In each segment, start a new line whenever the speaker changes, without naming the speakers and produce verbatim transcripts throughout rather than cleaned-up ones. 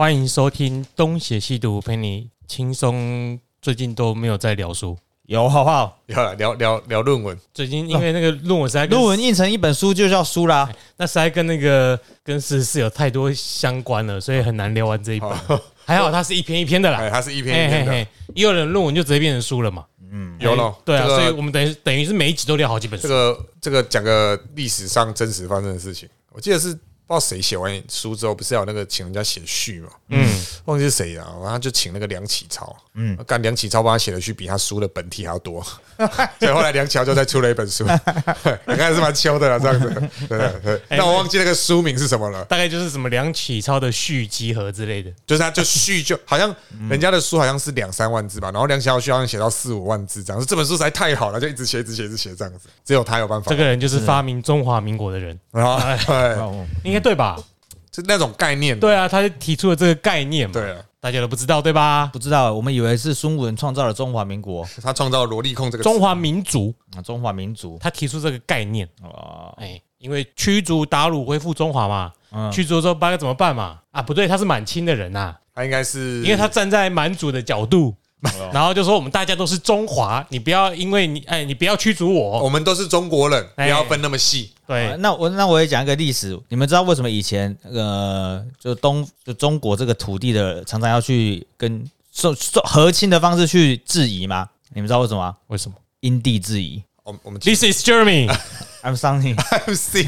欢迎收听东邪西毒，陪你轻松。最近都没有在聊书，
有好不好？
有了聊聊聊论文。
最近因为那个论文实在
论文印成一本书就叫书啦，
那实在跟那个跟时事有太多相关了，所以很难聊完这一本。还好它是一篇一篇的啦，
哎，它是一篇一篇的。
也有人论文就直接变成书了嘛。
嗯，有了。
对啊，所以我们等于等于是每一集都聊好几本书。
这个这个讲个历史上真实发生的事情，我记得是。不知道谁写完书之后，不是要那个请人家写序嘛？嗯，忘记是谁啊，然后就请那个梁启超，嗯，干梁启超帮他写的序比他书的本体还要多，所以后来梁启超就再出了一本书，你看是蛮秋的啦，这样子。对对对，但我忘记那个书名是什么了，
大概就是什么梁启超的序集合之类的，
就是他就序就好像人家的书好像是两三万字吧，然后梁启超序好像写到四五万字这样，这本书实在太好了，就一直写一直写一直写这样子，只有他有办法。
这个人就是发明中华民国的人，应该对吧？
是那种概念，
对啊，他就提出了这个概念嘛，
对啊，
大家都不知道对吧？
不知道，我们以为是孙文创造了中华民国，
他创造了萝莉控这个
中华民族
啊，中华民族，
他提出这个概念哦，哎，因为驱逐鞑虏恢复中华嘛，嗯、驱逐之后该怎么办嘛？啊，不对，他是满清的人呐、啊，
他应该是，
因为他站在满族的角度。然后就说我们大家都是中华，你不要因为你哎，你不要驱逐我，
我们都是中国人，不要分那么细。
对，
那我那我也讲一个历史，你们知道为什么以前呃，就东就中国这个土地的常常要去跟受受和亲的方式去质疑吗？你们知道为什么吗？
为什么？
因地制宜。
我我们
This is Jeremy.
I'm Sunny.
I'm C.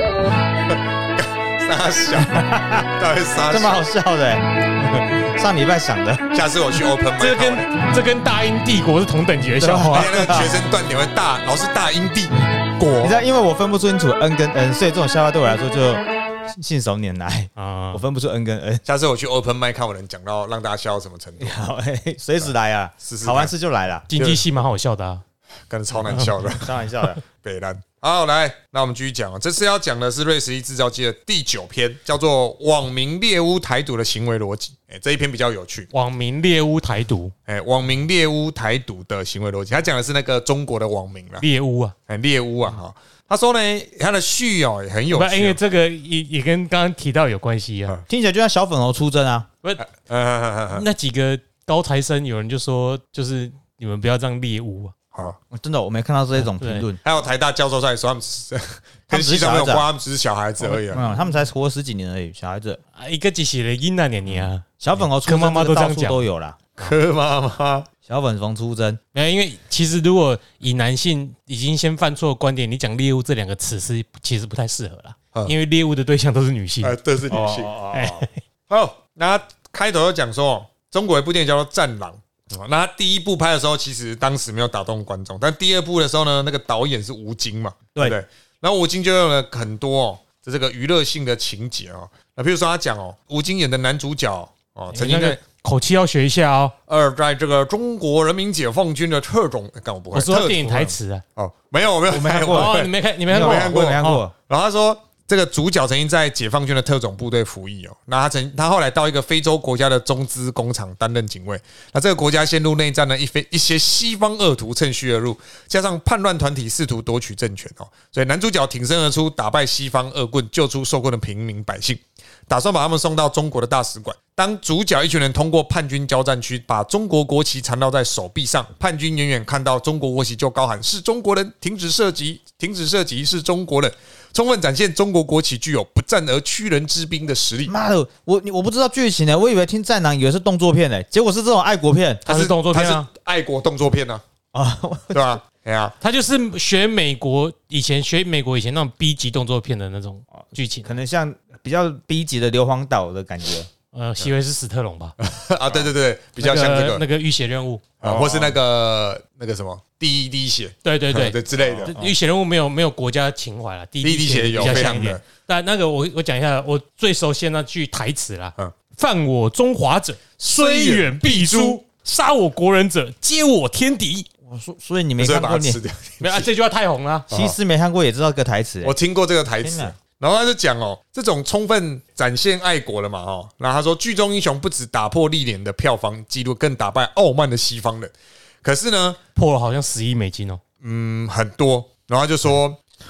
傻小，到底傻小，
这蛮好笑的、欸。上礼拜想的，
下次我去 Open Mic，
这跟这跟大英帝国是同等级的笑话。
那个学生断点会大，老师大英帝国。
你知道，因为我分不清楚 N 跟 N， 所以这种笑话对我来说就信手拈来啊。我分不出 N 跟 N。
下次我去 Open Mic 看我能讲到让大家笑到什么程度。
好，随时来啊，考完试就来了。
经济系蛮好笑的啊，
感觉超难笑的，
开玩笑的。
北兰。好，来，那我们继续讲啊。这次要讲的是瑞十一制造机的第九篇，叫做“网民猎巫台独的行为逻辑”。哎，这一篇比较有趣。
网民猎巫台独，
哎，网民猎巫台独的行为逻辑，他讲的是那个中国的网民啦，
猎巫啊，
哎，猎巫啊，哈。他说呢，他的序哦也很有趣、啊，
因为这个也也跟刚刚提到有关系啊，
听起来就像小粉红出征啊。
不是，那几个高材生有人就说，就是你们不要这样猎巫啊。
好，
真的我没看到这种评论。
还有台大教授在说，他们只是跟西装没有关，他们只是小孩子而已、啊。
没有，他们才活十几年而已，小孩子。
一个几岁的婴儿年年啊，
小粉红出征，
柯妈妈都这样讲，
都有啦。
柯妈妈，
小粉红出征，
没有，因为其实如果以男性已经先犯错的观点，你讲猎物这两个词是其实不太适合啦，因为猎物的对象都是女性，
呃，都是女性。好，那开头就讲说，中国有一部电影叫做《战狼》。那他第一部拍的时候，其实当时没有打动观众，但第二部的时候呢，那个导演是吴京嘛，对不对？然后吴京就用了很多哦，这个娱乐性的情节哦。那比如说他讲哦，吴京演的男主角哦，曾经在
口气要学一下哦。
呃，在这个中国人民解放军的特种，干我不会。
我说电影台词啊，
哦，没有，我没有，
我没看过，
你没看，你没看过，
没看过，没看过。
然后他说。这个主角曾经在解放军的特种部队服役哦，那他曾他后来到一个非洲国家的中资工厂担任警卫，那这个国家陷入内战呢，一非一些西方恶徒趁虚而入，加上叛乱团体试图夺取政权哦，所以男主角挺身而出，打败西方恶棍，救出受困的平民百姓，打算把他们送到中国的大使馆。当主角一群人通过叛军交战区，把中国国旗缠绕在手臂上，叛军远远看到中国国旗就高喊是中国人，停止射击，停止射击，是中国人，充分展现中国国旗具有不战而屈人之兵的实力。
妈的，我我不知道剧情呢，我以为听战狼以为是动作片呢，结果是这种爱国片，
它是动作片啊，
爱国动作片啊，啊，对吧？哎呀，
他就是学美国以前学美国以前那种 B 级动作片的那种剧情，
可能像比较 B 级的硫磺岛的感觉。
呃，以为是史特龙吧？
啊，对对对，比较像这个
那个浴血任务
啊，或是那个那个什么第一滴血，
对对对
对之类的。
浴血任务没有没有国家情怀啦，第一滴血
有
比较像一点。但那个我我讲一下，我最熟悉的那句台词啦，
嗯，
犯我中华者，虽远必诛；杀我国人者，皆我天敌。
我说，所以你没看过你
没啊？这句话太红了，
其实没看过也知道这个台词。
我听过这个台词。然后他就讲哦，这种充分展现爱国了嘛，哦，然后他说剧中英雄不止打破历年的票房纪录，更打败傲慢的西方人。可是呢，
破了好像十亿美金哦，
嗯，很多。然后他就说，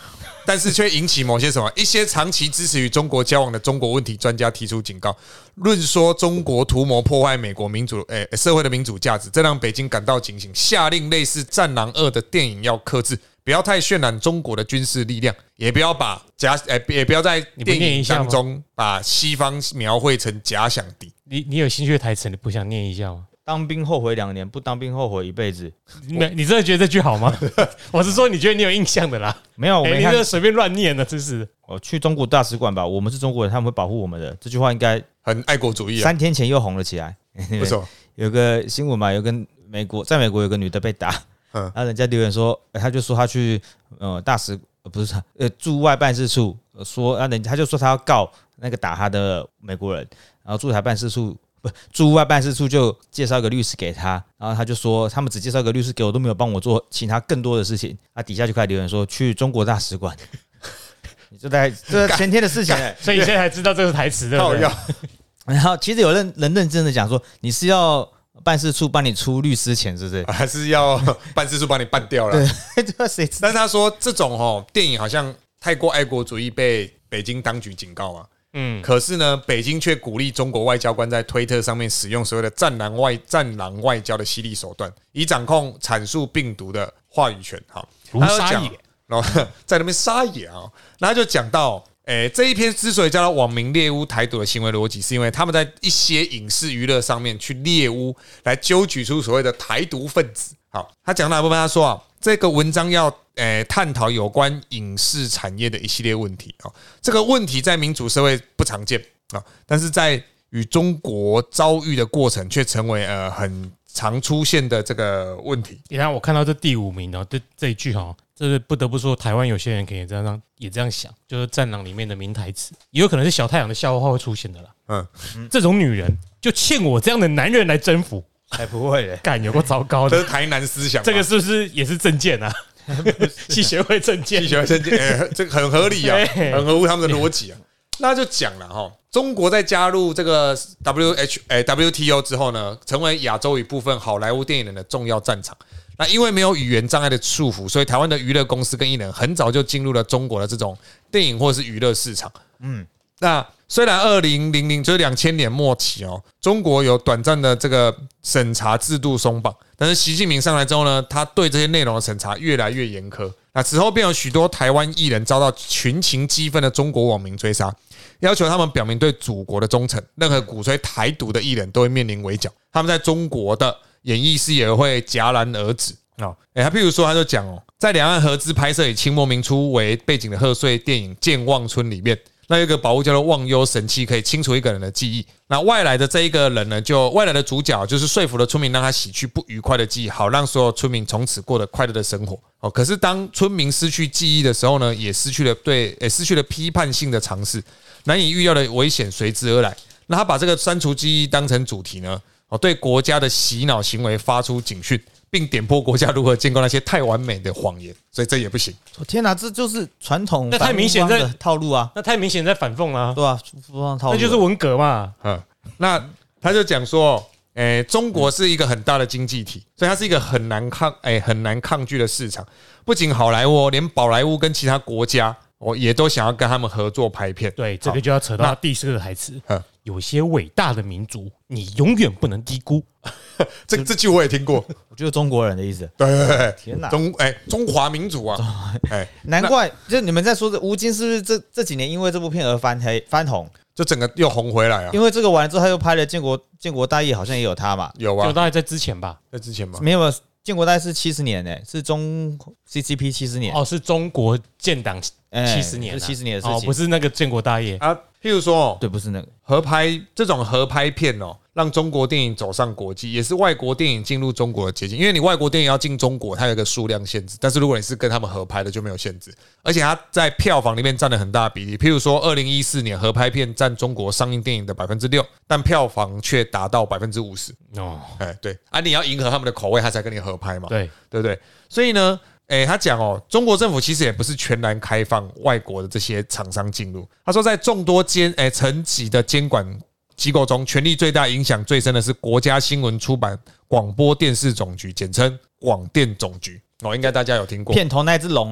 但是却引起某些什么一些长期支持与中国交往的中国问题专家提出警告，论说中国图谋破坏美国民主诶、欸、社会的民主价值，这让北京感到警醒，下令类似《战狼二》的电影要克制，不要太渲染中国的军事力量，也不要把假诶、欸、也不要在电影当中把西方描绘成假想敌。
你你有兴趣的台词，你不想念一下吗？
当兵后悔两年，不当兵后悔一辈子。
你你真的觉得这句好吗？我是说，你觉得你有印象的啦。
没有，我没看，
欸、你这随便乱念的，真是。
我去中国大使馆吧，我们是中国人，他们会保护我们的。这句话应该
很爱国主义、啊。
三天前又红了起来。
不错，
有个新闻嘛，有个美国，在美国有个女的被打，嗯，然后人家留言说，欸、他就说他去呃大使不是呃驻外办事处说，啊，人他就说他要告那个打他的美国人，然后驻台办事处。驻外办事处就介绍一个律师给他，然后他就说他们只介绍一个律师给我，都没有帮我做其他更多的事情。他底下就开始留言说去中国大使馆，你这在这前天的事情、欸，
所以你现在才知道这个台词对不对？
然后其实有人人认真的讲说，你是要办事处帮你出律师钱，是不是？
还是要办事处帮你办掉了？
对，这谁知道？
但是他说这种哦电影好像太过爱国主义，被北京当局警告嘛。嗯，可是呢，北京却鼓励中国外交官在推特上面使用所谓的“战狼外战狼外交”的犀利手段，以掌控阐述病毒的话语权。好，
如沙野，
然后在那边沙野啊，然后他就讲到，诶，这一篇之所以叫他网民猎巫台独的行为逻辑，是因为他们在一些影视娱乐上面去猎巫，来揪举出所谓的台独分子。好，他讲哪部分？他说啊，这个文章要。诶，探讨有关影视产业的一系列问题啊，这个问题在民主社会不常见啊，但是在与中国遭遇的过程却成为呃很常出现的这个问题。
你看，我看到这第五名哦，这这一句哈，这是不得不说，台湾有些人可以这样也这样想，就是《战狼》里面的名台词，也有可能是小太阳的笑话会出现的啦。嗯，这种女人就欠我这样的男人来征服，
才不会嘞，
干有够糟糕的，
这是台南思想，
这个是不是也是政见啊？系学会政见，
系学会政见，欸，这个很合理啊，很合乎他们的逻辑啊。那就讲了哈，中国在加入这个 W H 诶 W T O 之后呢，成为亚洲一部分好莱坞电影人的重要战场。那因为没有语言障碍的束缚，所以台湾的娱乐公司跟艺人很早就进入了中国的这种电影或是娱乐市场。嗯，那虽然二零零零就是两千年末期哦，中国有短暂的这个审查制度松绑，但是习近平上来之后呢，他对这些内容的审查越来越严苛。那此后便有许多台湾艺人遭到群情激愤的中国网民追杀，要求他们表明对祖国的忠诚。任何鼓吹台独的艺人都会面临围剿，他们在中国的演艺事业会戛然而止。哦，哎，他譬如说，他就讲哦，在两岸合资拍摄以清末民初为背景的贺岁电影《健忘村》里面。那有一个宝物叫做忘忧神器，可以清除一个人的记忆。那外来的这一个人呢，就外来的主角就是说服了村民，让他洗去不愉快的记忆，好让所有村民从此过得快乐的生活。哦，可是当村民失去记忆的时候呢，也失去了对，也失去了批判性的尝试，难以预料的危险随之而来。那他把这个删除记忆当成主题呢，哦，对国家的洗脑行为发出警讯。并点破国家如何建构那些太完美的谎言，所以这也不行。
天哪，这就是传统
那太明显
的套路啊！
那太明显在反讽啦，
对啊，套路
那就是文革嘛。
嗯，那他就讲说，诶，中国是一个很大的经济体，所以它是一个很难抗，诶，很难抗拒的市场。不仅好莱坞，连宝莱坞跟其他国家，我也都想要跟他们合作拍片。
对，这个就要扯到第四个台词。有些伟大的民族，你永远不能低估。
这这句我也听过，
我觉得中国人的意思。
对对对，
天哪，
中哎、欸、中华民族啊，哎，
难怪就你们在说的吴京是不是这这几年因为这部片而翻黑翻红，
就整个又红回来啊？
因为这个完了之后，他又拍了《建国建国大业》，好像也有他嘛？
有啊，
就大概在之前吧，
在之前吗？
没有，建国大业是七十年诶、欸，是中 C C P 七十年
哦，是中国建党七十年、啊，
是七十年的事情、
哦，不是那个建国大业
啊。譬如说、哦，
对，不是那个
合拍这种合拍片哦，让中国电影走上国际，也是外国电影进入中国的捷径。因为你外国电影要进中国，它有一个数量限制，但是如果你是跟他们合拍的，就没有限制。而且它在票房里面占了很大的比例。譬如说，二零一四年合拍片占中国上映电影的百分之六，但票房却达到百分之五十。哦，哎，对啊，你要迎合他们的口味，他才跟你合拍嘛。
对，
对不对？所以呢。哎、欸，他讲哦，中国政府其实也不是全然开放外国的这些厂商进入。他说，在众多监哎层级的监管机构中，权力最大、影响最深的是国家新闻出版广播电视总局，简称广电总局。哦，应该大家有听过
片头那只龙啊。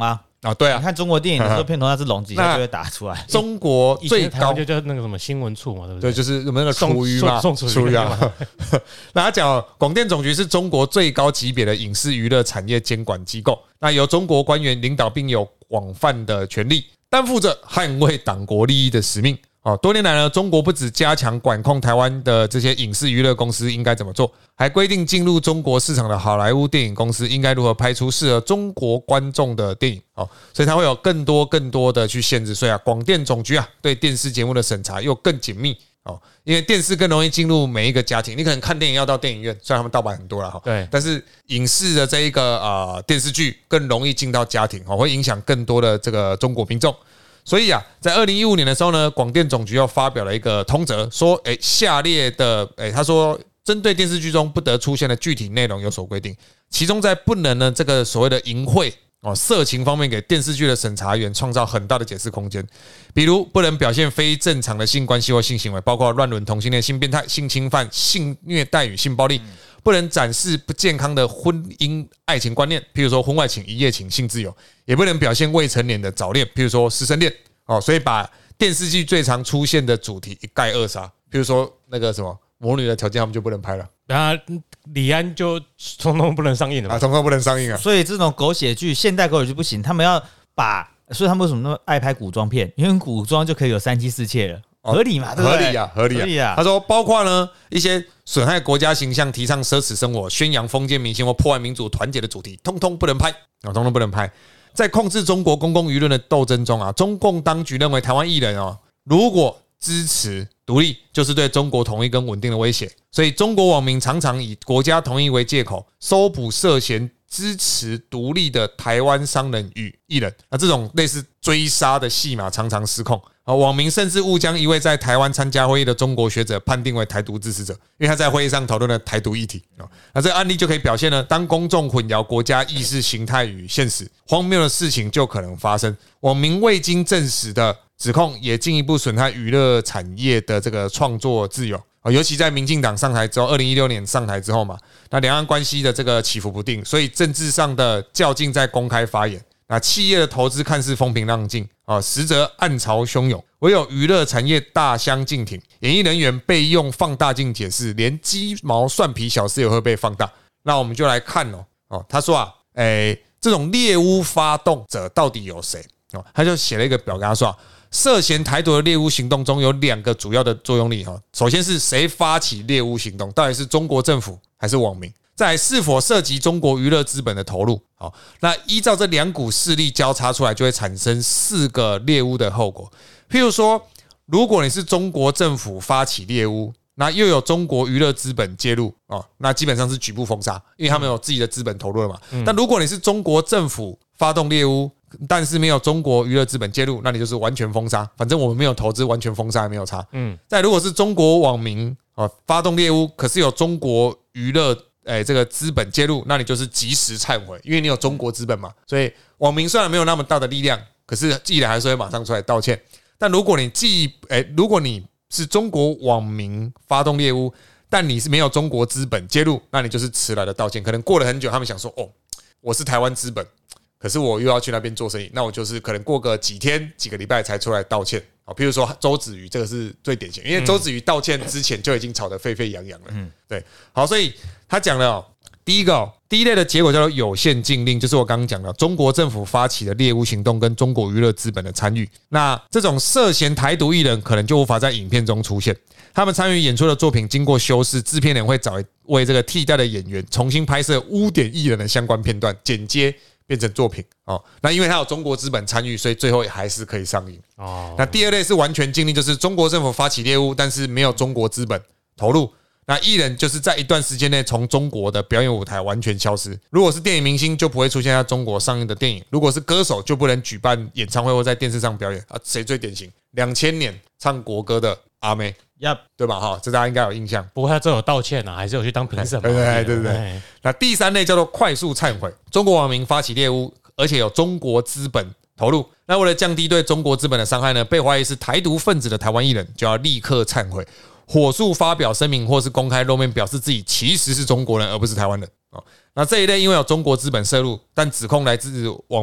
啊，对啊，
你看中国电影的时候，片头那只龙几下就会打出来。
中国最高
就叫那个什么新闻处嘛，对不对？
对，就是有那个厨余嘛，厨余啊。那他讲，广电总局是中国最高级别的影视娱乐产业监管机构，那由中国官员领导，并有广泛的权力，担负着捍卫党国利益的使命。哦，多年来呢，中国不只加强管控台湾的这些影视娱乐公司应该怎么做，还规定进入中国市场的好莱坞电影公司应该如何拍出适合中国观众的电影。哦，所以它会有更多更多的去限制。所以啊，广电总局啊对电视节目的审查又更紧密。哦，因为电视更容易进入每一个家庭，你可能看电影要到电影院，虽然他们盗版很多了哈，
对，
但是影视的这一个呃电视剧更容易进到家庭，哦，会影响更多的这个中国民众。所以啊，在二零一五年的时候呢，广电总局又发表了一个通则，说，哎，下列的，哎，他说，针对电视剧中不得出现的具体内容有所规定，其中在不能呢这个所谓的淫秽哦色情方面，给电视剧的审查员创造很大的解释空间，比如不能表现非正常的性关系或性行为，包括乱伦、同性恋、性变态、性侵犯、性虐待与性暴力。不能展示不健康的婚姻爱情观念，譬如说婚外情、一夜情、性自由，也不能表现未成年的早恋，譬如说师生恋。哦，所以把电视剧最常出现的主题一概扼杀，譬如说那个什么魔女的条件，他们就不能拍了。
啊，李安就通通不能上映了
啊，通通不能上映啊。
所以这种狗血剧、现代狗血剧不行，他们要把，所以他们为什么那么爱拍古装片？因为古装就可以有三妻四妾了。合理嘛？对不对？
合理啊，合理啊。合理啊，他说，包括呢一些损害国家形象、提倡奢侈生活、宣扬封建迷信或破坏民主团结的主题，通通不能拍啊，通通不能拍。在控制中国公共舆论的斗争中啊，中共当局认为台湾艺人哦，如果支持独立，就是对中国统一跟稳定的威胁，所以中国网民常常以国家统一为借口，搜捕涉嫌支持独立的台湾商人与艺人。那这种类似追杀的戏码常常失控。网民甚至误将一位在台湾参加会议的中国学者判定为台独支持者，因为他在会议上讨论了台独议题。那这个案例就可以表现了，当公众混淆国家意识形态与现实，荒谬的事情就可能发生。网民未经证实的指控，也进一步损害娱乐产业的这个创作自由。尤其在民进党上台之后，二零一六年上台之后嘛，那两岸关系的这个起伏不定，所以政治上的较劲在公开发言。那企业的投资看似风平浪静啊，实则暗潮汹涌。唯有娱乐产业大相径庭，演艺人员被用放大镜解释，连鸡毛蒜皮小事也会被放大。那我们就来看哦，哦，他说啊，诶，这种猎巫发动者到底有谁？哦，他就写了一个表格，他说啊，涉嫌台独的猎巫行动中有两个主要的作用力哈。首先是谁发起猎巫行动，到底是中国政府还是网民？再来是否涉及中国娱乐资本的投入？好，那依照这两股势力交叉出来，就会产生四个猎巫的后果。譬如说，如果你是中国政府发起猎巫，那又有中国娱乐资本介入哦，那基本上是局部封杀，因为他们有自己的资本投入了嘛。但如果你是中国政府发动猎巫，但是没有中国娱乐资本介入，那你就是完全封杀。反正我们没有投资，完全封杀也没有差。嗯。再如果是中国网民哦发动猎巫，可是有中国娱乐哎，这个资本介入，那你就是及时忏悔，因为你有中国资本嘛。所以网民虽然没有那么大的力量，可是艺人还是会马上出来道歉。但如果你既哎，如果你是中国网民发动猎巫，但你是没有中国资本介入，那你就是迟来的道歉。可能过了很久，他们想说，哦，我是台湾资本，可是我又要去那边做生意，那我就是可能过个几天、几个礼拜才出来道歉。好，譬如说周子瑜，这个是最典型，因为周子瑜道歉之前就已经吵得沸沸扬扬了。嗯，对，好，所以他讲了哦，第一个哦，第一类的结果叫做有限禁令，就是我刚刚讲的中国政府发起的猎巫行动跟中国娱乐资本的参与。那这种涉嫌台独艺人可能就无法在影片中出现，他们参与演出的作品经过修饰，制片人会找为这个替代的演员重新拍摄污点艺人的相关片段，剪接变成作品哦。那因为他有中国资本参与，所以最后还是可以上映哦。那第二类是完全禁令，就是中国政府发起猎巫，但是没有中国资本投入。那艺人就是在一段时间内从中国的表演舞台完全消失。如果是电影明星，就不会出现在中国上映的电影；如果是歌手，就不能举办演唱会或在电视上表演啊。谁最典型？两千年唱国歌的阿妹，
Yep.
对吧？哈，这大家应该有印象。
不过他这有道歉啊，还是有去当评审嘛？
对对对对对。那第三类叫做快速忏悔，中国网民发起猎巫，而且有中国资本投入。那为了降低对中国资本的伤害呢，被怀疑是台独分子的台湾艺人就要立刻忏悔，火速发表声明或是公开露面表示自己其实是中国人而不是台湾人。那这一类因为有中国资本涉入，但指控来自网民，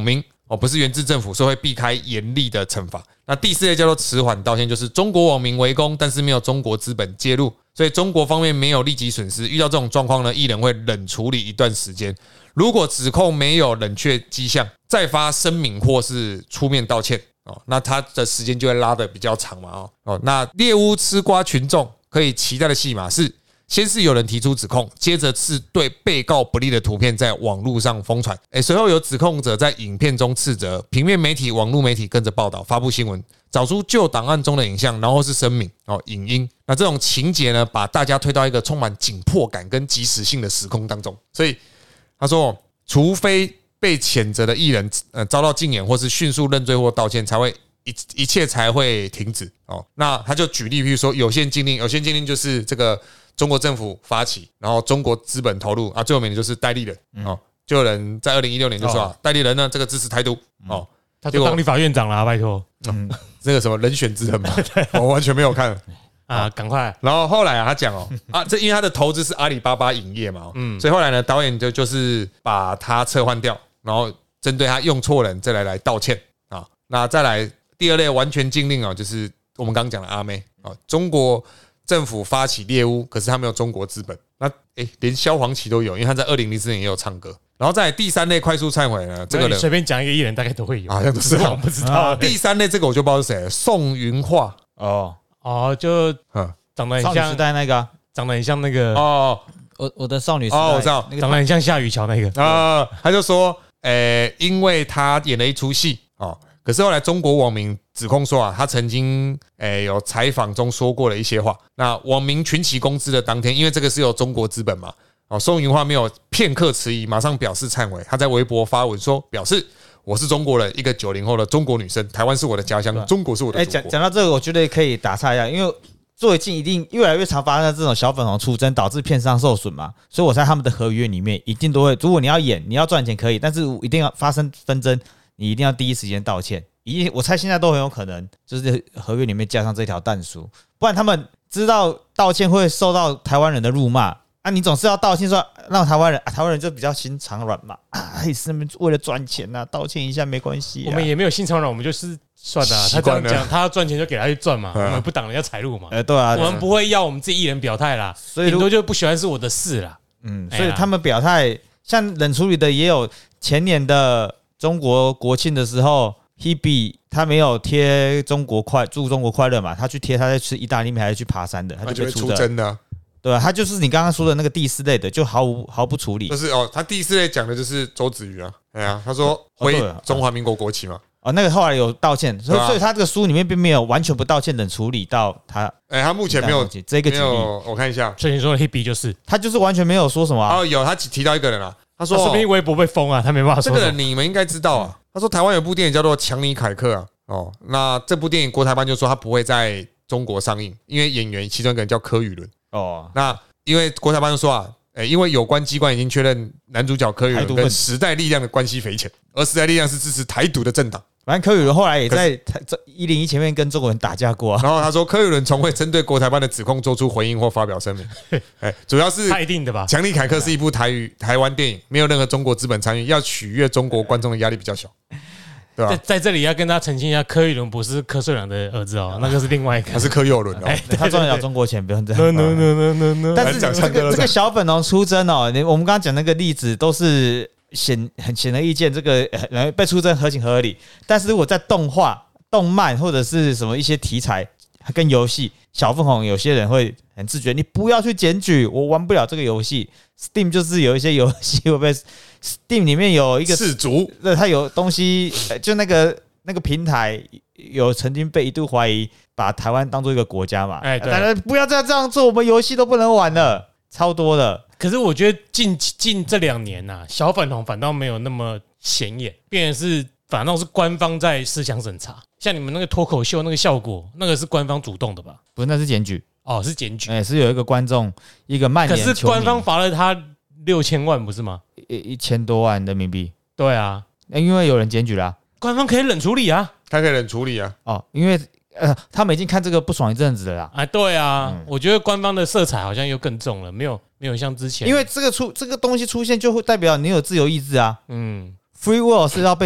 哦，不是源自政府，所以会避开严厉的惩罚。那第四类叫做迟缓道歉，就是中国网民围攻，但是没有中国资本介入，所以中国方面没有立即损失。遇到这种状况呢，艺人会冷处理一段时间。如果指控没有冷却迹象，再发声明或是出面道歉哦，那他的时间就会拉得比较长嘛哦哦。那猎巫吃瓜群众可以期待的戏码是。先是有人提出指控，接着是对被告不利的图片在网络上疯传，哎，随后有指控者在影片中斥责，平面媒体、网络媒体跟着报道，发布新闻，找出旧档案中的影像，然后是声明哦，影音。那这种情节呢，把大家推到一个充满紧迫感跟即时性的时空当中。所以他说，除非被谴责的艺人呃遭到禁言，或是迅速认罪或道歉，才会。一一切才会停止哦。那他就举例，譬如说有限禁令，有限禁令就是这个中国政府发起，然后中国资本投入啊，最有名的就是戴立人哦。就有人在二零一六年就说啊，戴立人呢这个支持台独哦，
他就当立法院长了，拜托。
嗯，这个什么人选之人嘛，我完全没有看
啊，赶快。
然后后来啊，他讲哦啊，这因为他的投资是阿里巴巴影业嘛，嗯，所以后来呢，导演就就是把他撤换掉，然后针对他用错人再来来道歉啊，那再来。第二类完全禁令哦，就是我们刚刚讲的阿妹啊，中国政府发起猎巫，可是他没有中国资本。那诶，连萧煌奇都有，因为他在二零零四年也有唱歌。然后在第三类快速忏悔呢，这个人
随便讲一个艺人大概都会有，
好像都是
我不知道。
第三类这个我就不知道是谁，宋云桦
哦
哦，就长得很像
少女时代那个，
长得很像那个
哦，
我我的少女时代
哦，我知道，
长得很像夏雨乔那个
啊，他就说，诶，因为他演了一出戏哦。可是后来中国网民指控说啊，他曾经诶有采访中说过了一些话。那网民群起攻之的当天，因为这个是有中国资本嘛，哦，宋云桦没有片刻迟疑，马上表示忏悔。他在微博发文说，表示我是中国人，一个九零后的中国女生，台湾是我的家乡，中国是我的祖国。
讲讲到这个，我觉得可以打岔一下，因为最近一定越来越常发生这种小粉红出征，导致片商受损嘛，所以我在他们的合约里面一定都会，如果你要演，你要赚钱可以，但是一定要发生纷争。你一定要第一时间道歉，我猜现在都很有可能，就是合约里面加上这条但书，不然他们知道道歉会受到台湾人的辱骂啊！你总是要道歉说让台湾人、啊，台湾人就比较心肠软嘛，啊，也是为了赚钱呐、啊，道歉一下没关系、啊。
我们也没有心肠软，我们就是算了、啊，他这样讲，他要赚钱就给他去赚嘛，我们不挡人家财路嘛。
呃，对啊，
我们不会要我们自己艺人表态啦，所以顶多就不喜欢是我的事啦。
嗯，所以他们表态，像冷处理的也有前年的。中国国庆的时候 ，Hebe 他没有贴中国快祝中国快乐嘛，他去贴他在吃意大利面还是去爬山的，他就被
出征的。
对、啊，他就是你刚刚说的那个第四类的，就毫无毫不处理。
就是哦，他第四类讲的就是周子瑜啊，哎呀，他说挥中华民国国旗嘛。
哦，那个后来有道歉，所以所以他这个书里面并没有完全不道歉等处理到他。
哎，他目前没有
这个举例，
我看一下。
所以你说的 Hebe 就是
他就是完全没有说什么、啊。
哦，有他提到一个人啊。他说：“
说不定微博被封啊，他没办法说。”
这个人你们应该知道啊。他说台湾有部电影叫做《强尼凯克》啊，哦，那这部电影国台办就说他不会在中国上映，因为演员其中一个人叫柯宇伦哦。那因为国台办就说啊，欸、因为有关机关已经确认男主角柯宇伦跟时代力量的关系匪浅，而时代力量是支持台独的政党。
反正柯宇伦后来也在一零一前面跟中国人打架过、啊，
然后他说柯宇伦从未针对国台办的指控做出回应或发表声明，欸、主要是
他一定的吧？
《强尼凯克》是一部台语台湾电影，没有任何中国资本参与，要取悦中国观众的压力比较小，对吧？
在在这里要跟他澄清一下，柯宇伦不是柯受良的儿子哦，那个是另外一个，
他是柯佑伦哦，
他赚得了中国钱，不用这样。
no no no no no no。
但是这个这个小粉红出征哦，我们刚刚讲那个例子都是。显很显而易见，这个被出征合情合理。但是如果在动画、动漫或者是什么一些题材跟游戏，小粉红有些人会很自觉，你不要去检举，我玩不了这个游戏。Steam 就是有一些游戏会被 Steam 里面有一个
赤足，
对，它有东西，就那个那个平台有曾经被一度怀疑把台湾当做一个国家嘛，哎，大家不要再这样做，我们游戏都不能玩了，超多的。
可是我觉得近近这两年呐、啊，小粉红反倒没有那么显眼，变成是反倒是官方在思想审查。像你们那个脱口秀那个效果，那个是官方主动的吧？
不是，那是检举
哦，是检举。
哎、欸，是有一个观众，一个蔓延球迷，
可是官方罚了他六千万，不是吗？
一一千多万人民币。
对啊，
因为有人检举啦、啊，
官方可以冷处理啊，
他可以冷处理啊。
哦，因为。呃，他们已经看这个不爽一阵子了啦。
啊，对啊、嗯，我觉得官方的色彩好像又更重了，没有没有像之前，
因为这个出这个东西出现，就会代表你有自由意志啊。嗯 ，free will 是要被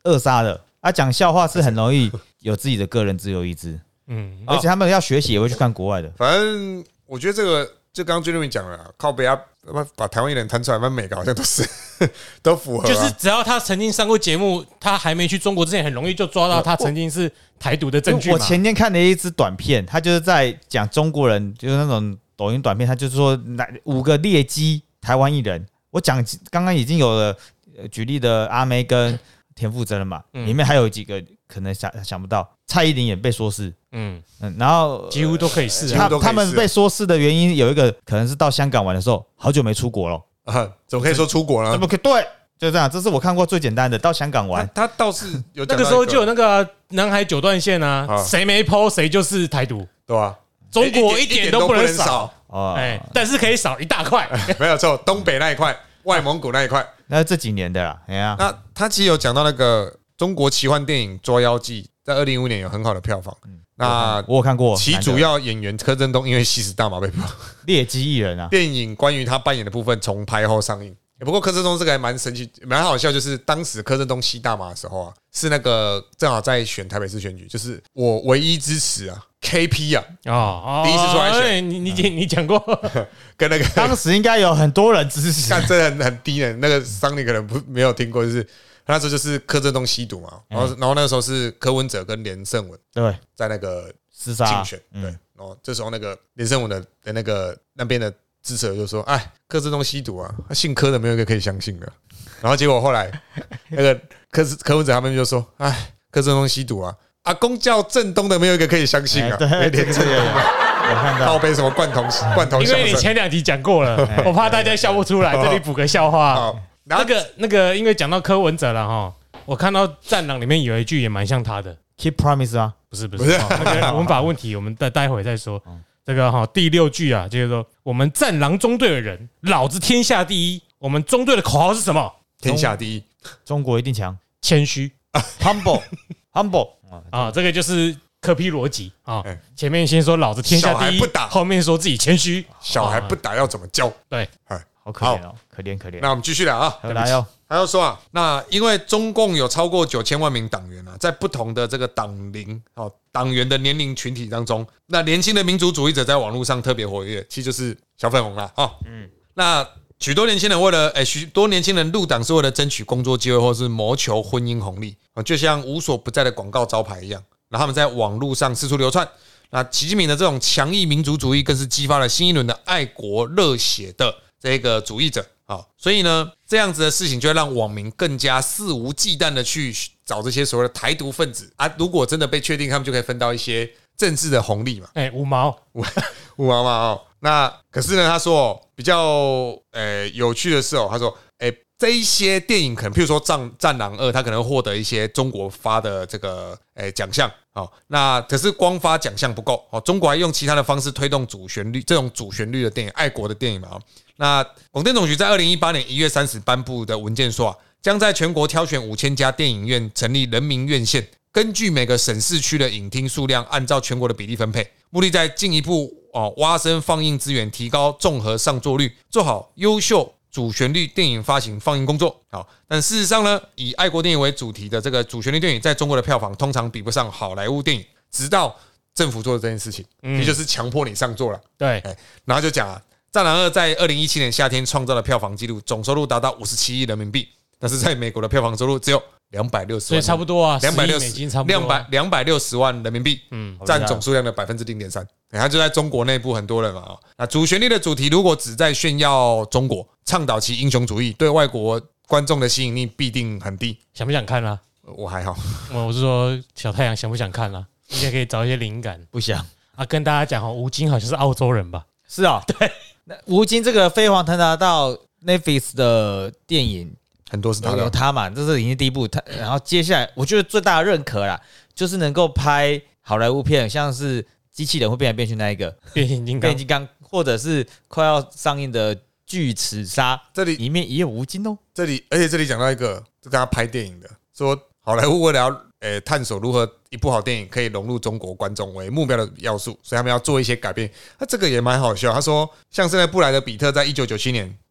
扼杀的。啊，讲笑话是很容易有自己的个人自由意志，嗯，而且他们要学习也会去看国外的。
反正我觉得这个就刚刚最后面讲了，靠北啊，把台湾艺人摊出来，反正每个好像都是都符合、啊。
就是只要他曾经上过节目，他还没去中国之前，很容易就抓到他曾经是台独的证据嘛。
我前天看了一支短片，他就是在讲中国人，就是那种抖音短片，他就是说五个劣迹台湾艺人。我讲刚刚已经有了举例的阿妹跟田馥甄了嘛，里面还有几个可能想想不到，蔡依林也被说是，嗯嗯，然后
几乎都可以是、
啊，他他们被说是的原因有一个可能是到香港玩的时候，好久没出国了，
啊，怎么可以说出国呢？
怎么可以？对，就这样，这是我看过最简单的，到香港玩，
他, 他倒是有
那个时候就有那个、啊、南海九段线啊，谁、啊、没 po 谁就是台独，
对吧、啊？
中国一点都不能少，哎、欸，但是可以少一大块，
没有错，东北那一块，外蒙古那一块，
那是这几年的啦，哎呀、啊，
那他其实有讲到那个。中国奇幻电影《捉妖记》在二零一五年有很好的票房。嗯、那
我有看过，
其主要演员柯震东因为吸食大麻被捕，
劣迹艺人啊。
电影关于他扮演的部分重拍后上映。不过柯震东这个还蛮神奇、蛮好笑，就是当时柯震东吸大麻的时候啊，是那个正好在选台北市选举，就是我唯一支持啊 K P 啊，哦，第一次出来选，
你你你讲过，
跟那个
当时应该有很多人支持，
但真的很很低的，那个桑尼可能不没有听过，就是。那时候就是柯震东吸毒嘛，然后然后那个时候是柯文哲跟连胜文
对
在那个
厮杀
竞选，对，然后这时候那个连胜文的的那个那边的支持者就说：“哎，柯震东吸毒啊，姓柯的没有一个可以相信的。”然后结果后来那个柯柯文哲他们就说：“哎，柯震东吸毒啊，阿公叫震东的没有一个可以相信啊。”
对，连胜文我看到
靠背什么罐头罐头，
因为你前两集讲过了，我怕大家笑不出来，这里补个笑话。那个那个，因为讲到柯文哲了哈，我看到《战狼》里面有一句也蛮像他的
，Keep promise 啊，
不是不是，那个文法问题，我们待待会再说。这个哈第六句啊，就是说我们战狼中队的人，老子天下第一。我们中队的口号是什么？
天下第一，
中国一定强，
谦虚
，humble humble
啊，这个就是柯 P 逻辑啊。前面先说老子天下第一，后面说自己谦虚，
小孩不打要怎么教？
对，
哎。
好可怜哦，可怜可怜。
那我们继续聊啊，
来哦。
还要说啊，那因为中共有超过九千万名党员啊，在不同的这个党龄哦，党员的年龄群体当中，那年轻的民族主义者在网络上特别活跃，其实就是小粉红啦啊。嗯，那许多年轻人为了哎，许多年轻人入党是为了争取工作机会，或是谋求婚姻红利啊，就像无所不在的广告招牌一样。那他们在网络上四处流窜。那习近平的这种强硬民族主义，更是激发了新一轮的爱国热血的。这个主义者啊，所以呢，这样子的事情就会让网民更加肆无忌惮的去找这些所谓的台独分子啊。如果真的被确定，他们就可以分到一些政治的红利嘛。
哎、欸，五毛，
五五毛嘛哦。那可是呢，他说、哦、比较呃有趣的是哦，他说，哎、欸，这一些电影可能，譬如说《战战狼二》，他可能获得一些中国发的这个哎奖项。哦，那可是光发奖项不够哦，中国还用其他的方式推动主旋律这种主旋律的电影、爱国的电影嘛。那广电总局在二零一八年一月三十颁布的文件说啊，将在全国挑选五千家电影院成立人民院线，根据每个省市区的影厅数量，按照全国的比例分配，目的在进一步哦挖深放映资源，提高综合上座率，做好优秀主旋律电影发行放映工作。好，但事实上呢，以爱国电影为主题的这个主旋律电影，在中国的票房通常比不上好莱坞电影，直到政府做的这件事情，也就是强迫你上座了。
对，
然后就讲啊，《战狼二》在二零一七年夏天创造的票房纪录，总收入达到五十七亿人民币，但是在美国的票房收入只有两百六十万，
所以差不多啊，
两百六
十
两百六十万人民币，嗯，占总数量的百分之零点三。它就在中国内部很多人嘛啊，那主旋律的主题如果只在炫耀中国，倡导其英雄主义，对外国观众的吸引力必定很低。
想不想看啊？
我还好，
我是说小太阳想不想看啊？应该可以找一些灵感。
不想
啊，跟大家讲哦，吴京好像是澳洲人吧？
是啊，
对。
那吴京这个飞黄腾达到 Netflix 的电影
很多是他的，
有他嘛，这是已经第一部。他然后接下来，我觉得最大的认可啦，就是能够拍好莱坞片，像是机器人会变来变去那一个
变形金刚，
变形金刚，或者是快要上映的巨齿鲨，
这里
里面也有吴京哦。
这里而且这里讲到一个，就跟他拍电影的，说好莱坞为了要呃探索如何一部好电影可以融入中国观众为目标的要素，所以他们要做一些改变。那这个也蛮好笑，他说像现在布莱德比特在一九九七年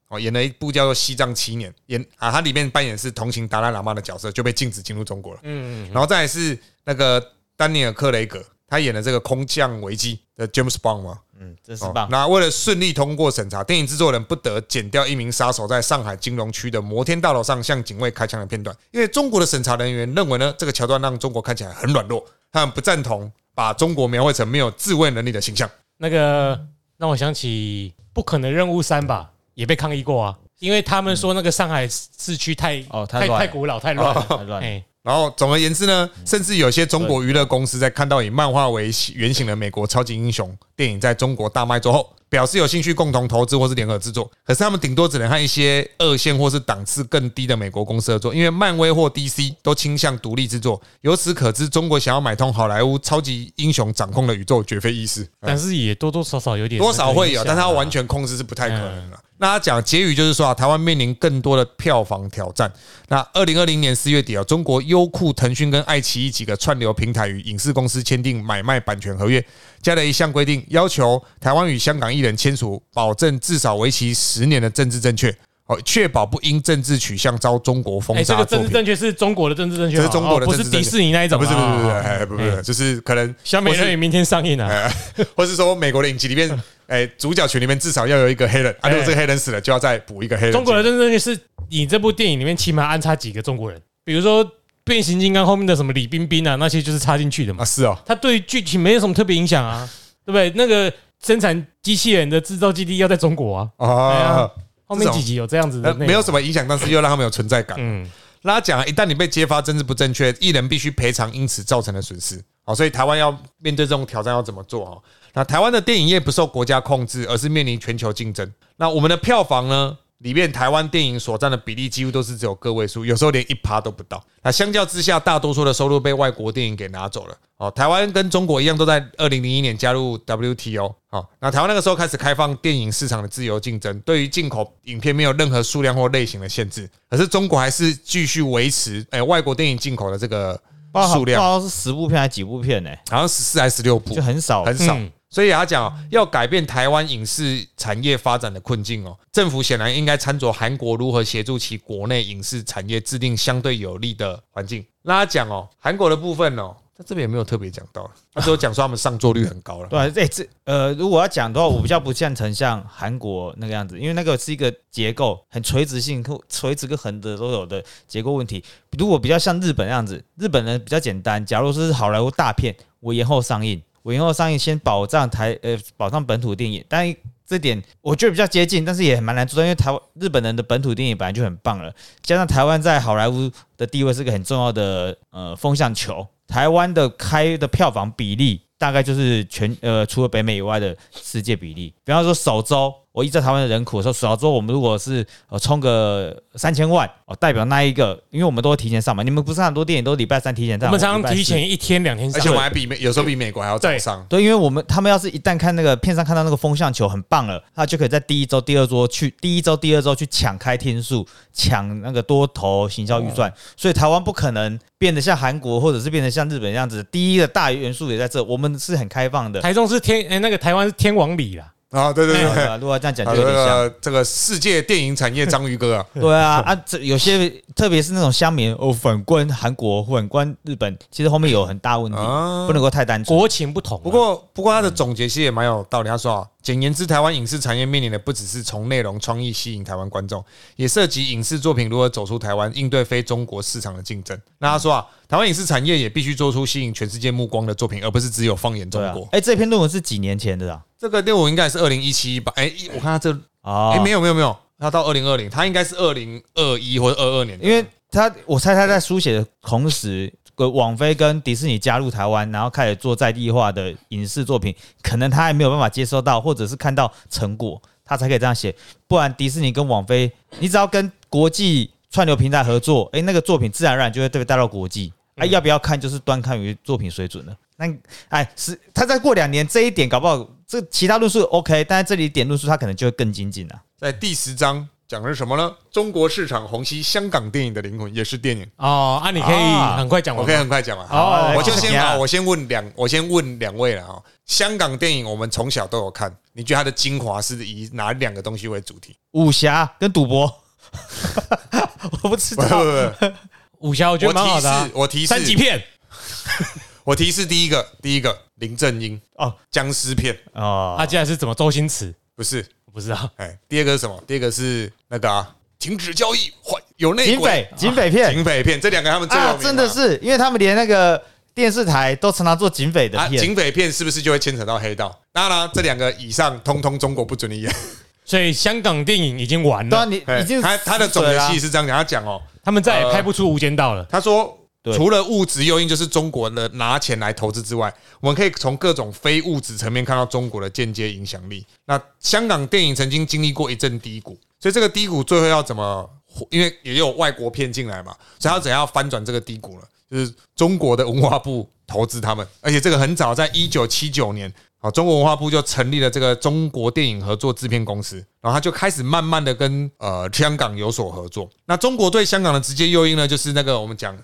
哦，演了一部叫做《西藏七年》，演啊，他里面扮演是同情达赖喇嘛的角色，就被禁止进入中国了。嗯嗯。然后再来是那个丹尼尔·克雷格，他演的这个空降危机的 James Bond 嘛。
嗯，真是棒。
那为了顺利通过审查，电影制作人不得剪掉一名杀手在上海金融区的摩天大楼上向警卫开枪的片段，因为中国的审查人员认为呢，这个桥段让中国看起来很软弱，他们不赞同把中国描绘成没有自卫能力的形象。
那个让我想起《不可能任务三》吧，也被抗议过啊，因为他们说那个上海市区太哦太太古老太乱了，太乱了。
然后总而言之呢，甚至有些中国娱乐公司在看到以漫画为原型的美国超级英雄电影在中国大卖之后，表示有兴趣共同投资或是联合制作，可是他们顶多只能和一些二线或是档次更低的美国公司合作，因为漫威或 D C 都倾向独立制作。由此可知，中国想要买通好莱坞超级英雄掌控的宇宙绝非易事，
但是也多多少少有点
多少会有，但是他完全控制是不太可能的。那他讲结语就是说啊，台湾面临更多的票房挑战。那二零二零年四月底啊，中国优酷、腾讯跟爱奇艺几个串流平台与影视公司签订买卖版权合约，加了一项规定，要求台湾与香港艺人签署保证至少为期十年的政治正确，确保不因政治取向遭中国封杀。
这个政治正确是中国的政治正确，
这是中国的政治正确，
不是迪士尼那一种。
不是不是不是不是，就是可能
小美人鱼明天上映了，
或是说美国的影集里面。哎，主角群里面至少要有一个黑人，啊，如果这个黑人死了，就要再补一个黑人。
中国的政治正确是你这部电影里面起码安插几个中国人，比如说变形金刚后面的什么李冰冰啊，那些就是插进去的嘛。
啊，是哦，
它对剧情没有什么特别影响啊，对不对？那个生产机器人的制造基地要在中国啊，啊，后面几集有这样子的，
没有什么影响，但是又让他们有存在感。嗯，那他讲，一旦你被揭发政治不正确，艺人必须赔偿因此造成的损失。好，所以台湾要面对这种挑战要怎么做啊？那台湾的电影业不受国家控制，而是面临全球竞争。那我们的票房呢？里面台湾电影所占的比例几乎都是只有个位数，有时候连一趴都不到。那相较之下，大多数的收入被外国电影给拿走了。哦，台湾跟中国一样，都在二零零一年加入 W T O。好，那台湾那个时候开始开放电影市场的自由竞争，对于进口影片没有任何数量或类型的限制。可是中国还是继续维持哎外国电影进口的这个数量，
不知道是十部片还是几部片呢、欸？
好像十四还是十六部，
就很少，
很少。嗯，所以他讲要改变台湾影视产业发展的困境哦，政府显然应该参照韩国如何协助其国内影视产业制定相对有利的环境。那他讲哦，韩国的部分哦，他这边也没有特别讲到，他只有讲说他们上座率很高了。
对、啊，哎，这呃，如果要讲的话，我比较不像成像韩国那个样子，因为那个是一个结构很垂直性、垂直跟横的都有的结构问题。如果比较像日本那样子，日本人比较简单，假如是好莱坞大片，我延后上映。我延后上映，先保障台呃保障本土电影，但这点我觉得比较接近，但是也蛮难做到，因为台湾日本人的本土电影本来就很棒了，加上台湾在好莱坞的地位是个很重要的呃风向球，台湾的开的票房比例大概就是全呃除了北美以外的世界比例，比方说首周。我依照台湾的人口说，首周我们如果是呃冲个三千万哦，代表那一个，因为我们都会提前上嘛。你们不是很多电影都礼拜三提前上，
我们常常提前一天两天上，
而且我们还比有时候比美国还要早上。
对，因为我们他们要是一旦看那个片上看到那个风向球很棒了，他就可以在第一周、第二周去第一周、第二周去抢开天数，抢那个多头行销预算。所以台湾不可能变得像韩国或者是变得像日本这样子，第一个大元素也在这，我们是很开放的。
台中是天，欸、那个台湾是天王里啦。
啊，对对对，
如果这样讲就有点像
这个世界电影产业章鱼哥啊。
对啊，啊，这有些特别是那种乡民哦，反观韩国、反观日本，其实后面有很大问题，不能够太单纯。
国情不同。
不过，不过他的总结其实也蛮有道理。他说啊，简言之，台湾影视产业面临的不只是从内容创意吸引台湾观众，也涉及影视作品如何走出台湾，应对非中国市场的竞争。那他说啊，台湾影视产业也必须做出吸引全世界目光的作品，而不是只有放眼中国。
哎、啊欸，这篇论文是几年前的啊？
这个论文应该是二零一七吧？哎，我看他这，哎，没有没有没有，他到二零二零，他应该是二零二一或者二二年，
因为他我猜他在书写的同时，网飞跟迪士尼加入台湾，然后开始做在地化的影视作品，可能他还没有办法接收到，或者是看到成果，他才可以这样写。不然迪士尼跟网飞，你只要跟国际串流平台合作，哎，那个作品自然而然就会被带到国际。哎、啊，要不要看就是端看于作品水准了。那哎，是他再过两年这一点搞不好，这其他论述 OK， 但是这里点论述他可能就会更精进了。
在第十章讲的是什么呢？中国市场虹吸香港电影的灵魂，也是电影
哦。啊，你可以很快讲完，
我可以很快讲完。好，我就先好，我先问两，我先问两位了啊。香港电影我们从小都有看，你觉得它的精华是以哪两个东西为主题？
武侠跟赌博。我不知道，
不不
不武侠我觉得蛮好的、啊。
我提示，
三级片。
我提示第一个，第一个林正英哦，僵尸片
哦。他竟然是怎么周星驰？
不是。
不知道，
哎，第二个是什么？第二个是那个啊，停止交易，有内
警匪，警匪片，
警匪片，这两个他们最有名、啊、
真的是，因为他们连那个电视台都常常做警匪的片，
啊、警匪片是不是就会牵扯到黑道？当然，这两个以上，通通中国不准你演。
所以香港电影已经完了。
对啊，你已经
他他的总结戏是这样讲，他讲哦，
他们再也拍不出《无间道》了。
他说。除了物质诱因，就是中国的拿钱来投资之外，我们可以从各种非物质层面看到中国的间接影响力。那香港电影曾经经历过一阵低谷，所以这个低谷最后要怎么？因为也有外国片进来嘛，所以要怎样翻转这个低谷了？就是中国的文化部投资他们，而且这个很早，在一九七九年。好，中国文化部就成立了这个中国电影合作制片公司，然后他就开始慢慢的跟呃香港有所合作。那中国对香港的直接诱因呢，就是那个我们讲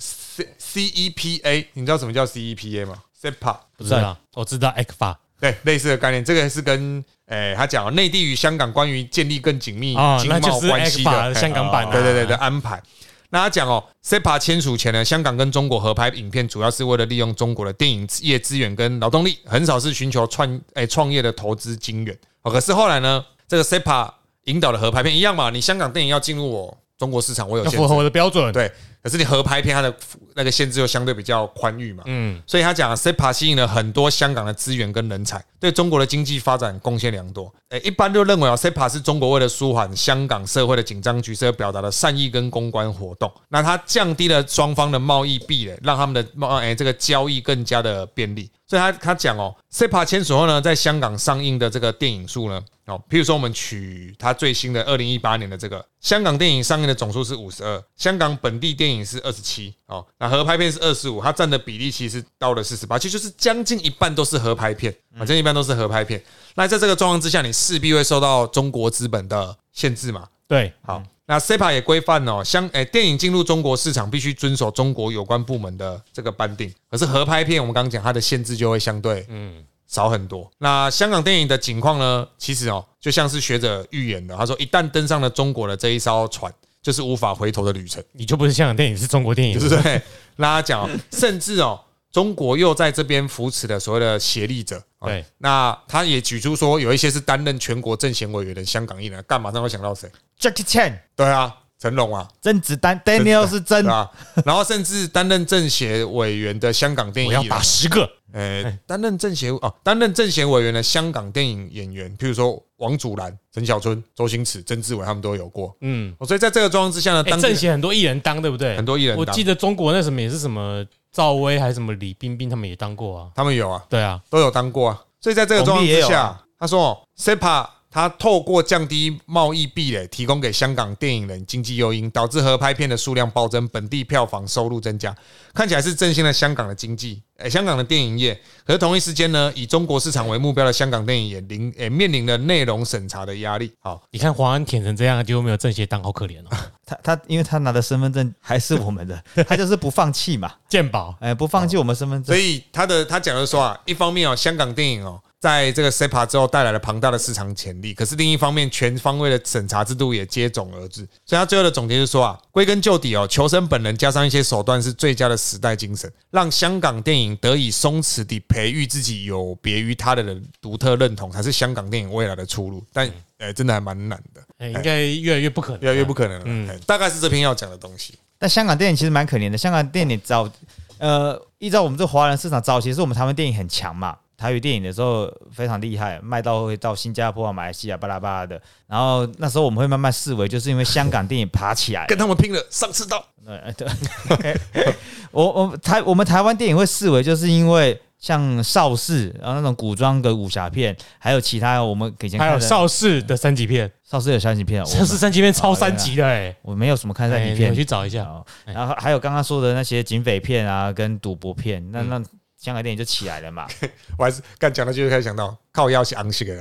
C E P A， 你知道什么叫 C E P A 吗 ？C E P A
不知道，我知道 E C F A，
对，类似的概念。这个是跟诶、欸、他讲内地与香港关于建立更紧密经贸关系的
香港版，
对对对的安排。那他讲哦 ，C E P A 签署前呢，香港跟中国合拍影片，主要是为了利用中国的电影业资源跟劳动力，很少是寻求创诶创业的投资金源。可是后来呢，这个 C E P A 引导的合拍片一样嘛，你香港电影要进入我中国市场，我有限制，
要符合我的标准，
对。可是你合拍片它的那个限制又相对比较宽裕嘛，嗯，所以他讲 C E P A 吸引了很多香港的资源跟人才，对中国的经济发展贡献良多。诶，一般就认为啊 ，C E P A 是中国为了舒缓香港社会的紧张局势而表达的善意跟公关活动。那它降低了双方的贸易壁垒，让他们的贸诶这个交易更加的便利。所以他他讲哦 ，C E P A 签署后呢，在香港上映的这个电影数呢，哦，譬如说我们取它最新的二零一八年的这个香港电影上映的总数是五十二，香港本地电影是二十七，哦，那合拍片是二十五，它占的比例其实到了四十八，其实就是将近一半都是合拍片，啊，将近一半都是合拍片。那在这个状况之下，你势必会受到中国资本的限制嘛？
对，
好。那 C E P A 也规范哦，香诶电影进入中国市场必须遵守中国有关部门的这个颁定，可是合拍片我们刚刚讲它的限制就会相对嗯少很多。那香港电影的景况呢，其实哦就像是学者预言的，他说一旦登上了中国的这一艘船，就是无法回头的旅程。
你就不是香港电影，是中国电影，
对不对？那他讲哦，甚至哦。中国又在这边扶持的所谓的协力者，
对，
那他也举出说，有一些是担任全国政协委员的香港艺人，干马上会想到谁
？Jackie Chan，
对啊，成龙啊，
甄子丹 ，Daniel 是真
啊，然后甚至担任政协委员的香港电影艺人，
我要打十个，
诶，担任政协哦，担任政协委员的香港电影演员，譬如说王祖蓝、陈小春、周星驰、曾志伟，他们都有过，嗯，所以在这个状况之下呢，
当政协很多艺人当，对不对？
很多艺人，
我记得中国那什么也是什么。赵薇还是什么李冰冰，他们也当过啊。
他们有啊，
对啊，
都有当过啊。所以在这个状况之下，啊、他说 ，C E P A 他透过降低贸易壁垒，提供给香港电影人经济诱因，导致合拍片的数量暴增，本地票房收入增加，看起来是振兴了香港的经济，欸、香港的电影业。可是同一时间呢，以中国市场为目标的香港电影也临也面临了内容审查的压力。好，
你看黄安舔成这样，结果没有政协当，好可怜哦。
他他因为他拿的身份证还是我们的，他就是不放弃嘛，
健保，
哎，不放弃我们身份证。
所以他的他讲的说啊，一方面哦，香港电影哦。在这个 C E P A 之后带来了庞大的市场潜力，可是另一方面，全方位的审查制度也接踵而至。所以他最后的总结是说啊，归根究底哦，求生本能加上一些手段是最佳的时代精神，让香港电影得以松弛地培育自己有别于他的人独特认同，才是香港电影未来的出路。但欸、真的还蛮难的，
欸、应该越来越不可能，
越来越不可能了。嗯，大概是这篇要讲的东西。
但香港电影其实蛮可怜的，香港电影早呃，依照我们这华人市场早期是我们台湾电影很强嘛。台语电影的时候非常厉害，卖到会到新加坡啊、马来西亚巴拉巴拉的。然后那时候我们会慢慢视为，就是因为香港电影爬起来，
跟他们拼了上次到。
对对，我我台我们台湾电影会视为，就是因为像邵氏，然后那种古装的武侠片，还有其他我们以前看
还有邵氏的三级片，
邵氏有三级片，
邵氏三级片超三级的哎、欸，
我没有什么看三级片，
我去找一下。
然后还有刚刚说的那些警匪片啊，跟赌博片，那那。香港电影就起来了嘛，
我还是刚讲到就开始想到靠腰是昂西的，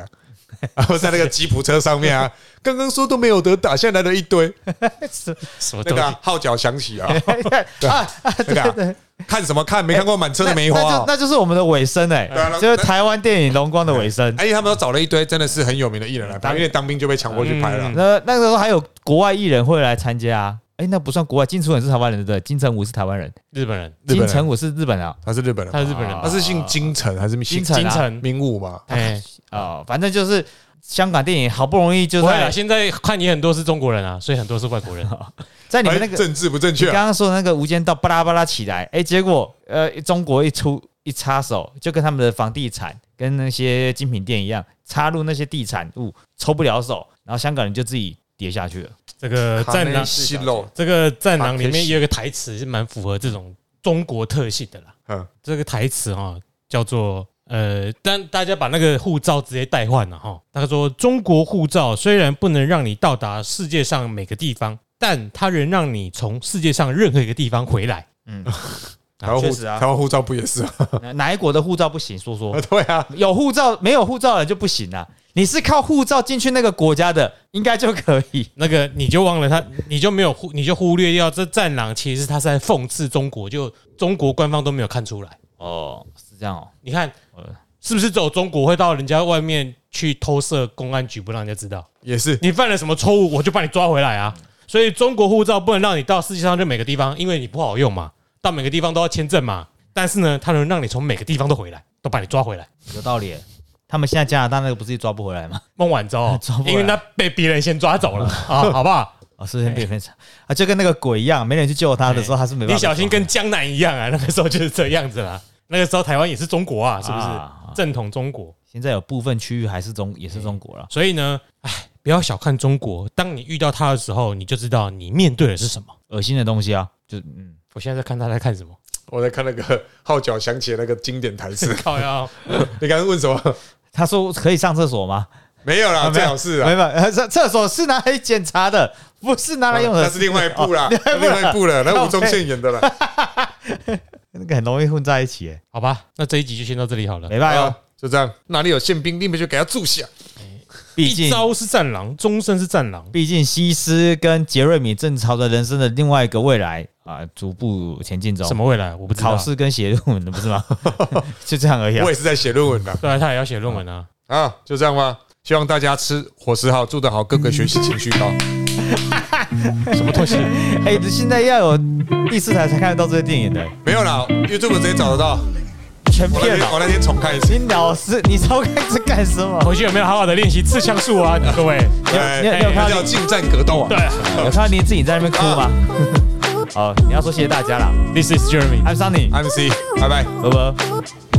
然后在那个吉普车上面啊，刚刚说都没有得打，现在来了一堆，
什么
那个号角响起啊，啊，那个看什么看？没看过满车的梅花、
那就那就是我们的尾声哎、欸，就是台湾电影荣光的尾声。
而且他们都找了一堆真的是很有名的艺人来拍，因为当兵就被抢过去拍了。
嗯、那那个时候还有国外艺人会来参加啊。哎、欸，那不算国外，金城武是台湾人对不对？金城武是台湾人，
日本人。
金城武是日本人、啊，
他是日本人，
他是日本人，
他是姓金城还是姓
金
城？
名武嘛？
哎，哦，反正就是香港电影好不容易就在，
现在看你很多是中国人啊，所以很多是外国人。
在你们那个
政治不正确、啊，
刚刚说的那个《无间道》巴拉巴拉起来，哎、欸，结果呃，中国一出一插手，就跟他们的房地产跟那些精品店一样，插入那些地产物，抽不了手，然后香港人就自己跌下去了。
这个战狼，这个战狼里面也有一个台词是蛮符合这种中国特性的啦。嗯，这个台词哈叫做呃，但大家把那个护照直接代换了哈。他说：“中国护照虽然不能让你到达世界上每个地方，但它仍让你从世界上任何一个地方回来。”嗯，
台湾护台湾护照不也是啊？
哪一国的护照不行？说说。
对啊，
有护照没有护照的就不行啊。你是靠护照进去那个国家的，应该就可以。
那个你就忘了他，你就没有忽，你就忽略掉这战狼其实他是在讽刺中国，就中国官方都没有看出来。
哦，是这样哦。
你看，是不是只有中国会到人家外面去偷设公安局，不让人家知道？
也是，
你犯了什么错误，我就把你抓回来啊。所以中国护照不能让你到世界上任每个地方，因为你不好用嘛，到每个地方都要签证嘛。但是呢，它能让你从每个地方都回来，都把你抓回来，
有道理。他们现在加拿大那个不是抓不回来吗？
孟晚舟，因为他被别人先抓走了啊，好不好？
哦，是先被分享啊，就跟那个鬼一样，没人去救他的时候，他是没办法。
你小心跟江南一样啊，那个时候就是这样子啦。那个时候台湾也是中国啊，是不是？正统中国。
现在有部分区域还是中，也是中国了。
所以呢，哎，不要小看中国。当你遇到他的时候，你就知道你面对的是什么
恶心的东西啊。就嗯，
我现在在看他在看什么。
我在看那个号角响起的那个经典台词。
靠腰，
你刚刚问什么？
他说可以上厕所吗？
没有啦，最好是啊，
没有，厕厕所是拿来检查的，不是拿来用的。
那是另外一部啦，另外一部了，那吴宗宪演的了。
那个很容易混在一起，哎，
好吧，那这一集就先到这里好了。
没办法，
就这样。哪里有宪兵，你们就给他住下。
毕竟一朝是战狼，终身是战狼。
毕竟西施跟杰瑞米正朝着人生的另外一个未来啊，逐步前进中。
什么未来？我不知道。
考试跟写论文的不是吗？就这样而已、啊。
我也是在写论文的。
对啊，他也要写论文啊。
啊，就这样吧。希望大家吃伙食好，住得好，各个学习情绪高。
什么东西？
哎、欸，现在要有第四台才看得到这些电影的、欸。
没有啦 ，YouTube 直接找得到。
全片了、
喔，我那天重看一次。
你老师，你重看是干什么？
回去有没有好好的练习刺枪术啊？各位，
你有你有你有看到
叫近战格斗啊？
对，
有看到你自己在那边哭吗？好，你要说谢谢大家啦。
This is Jeremy,
I'm Sunny,
I'm C， 拜拜，
拜拜。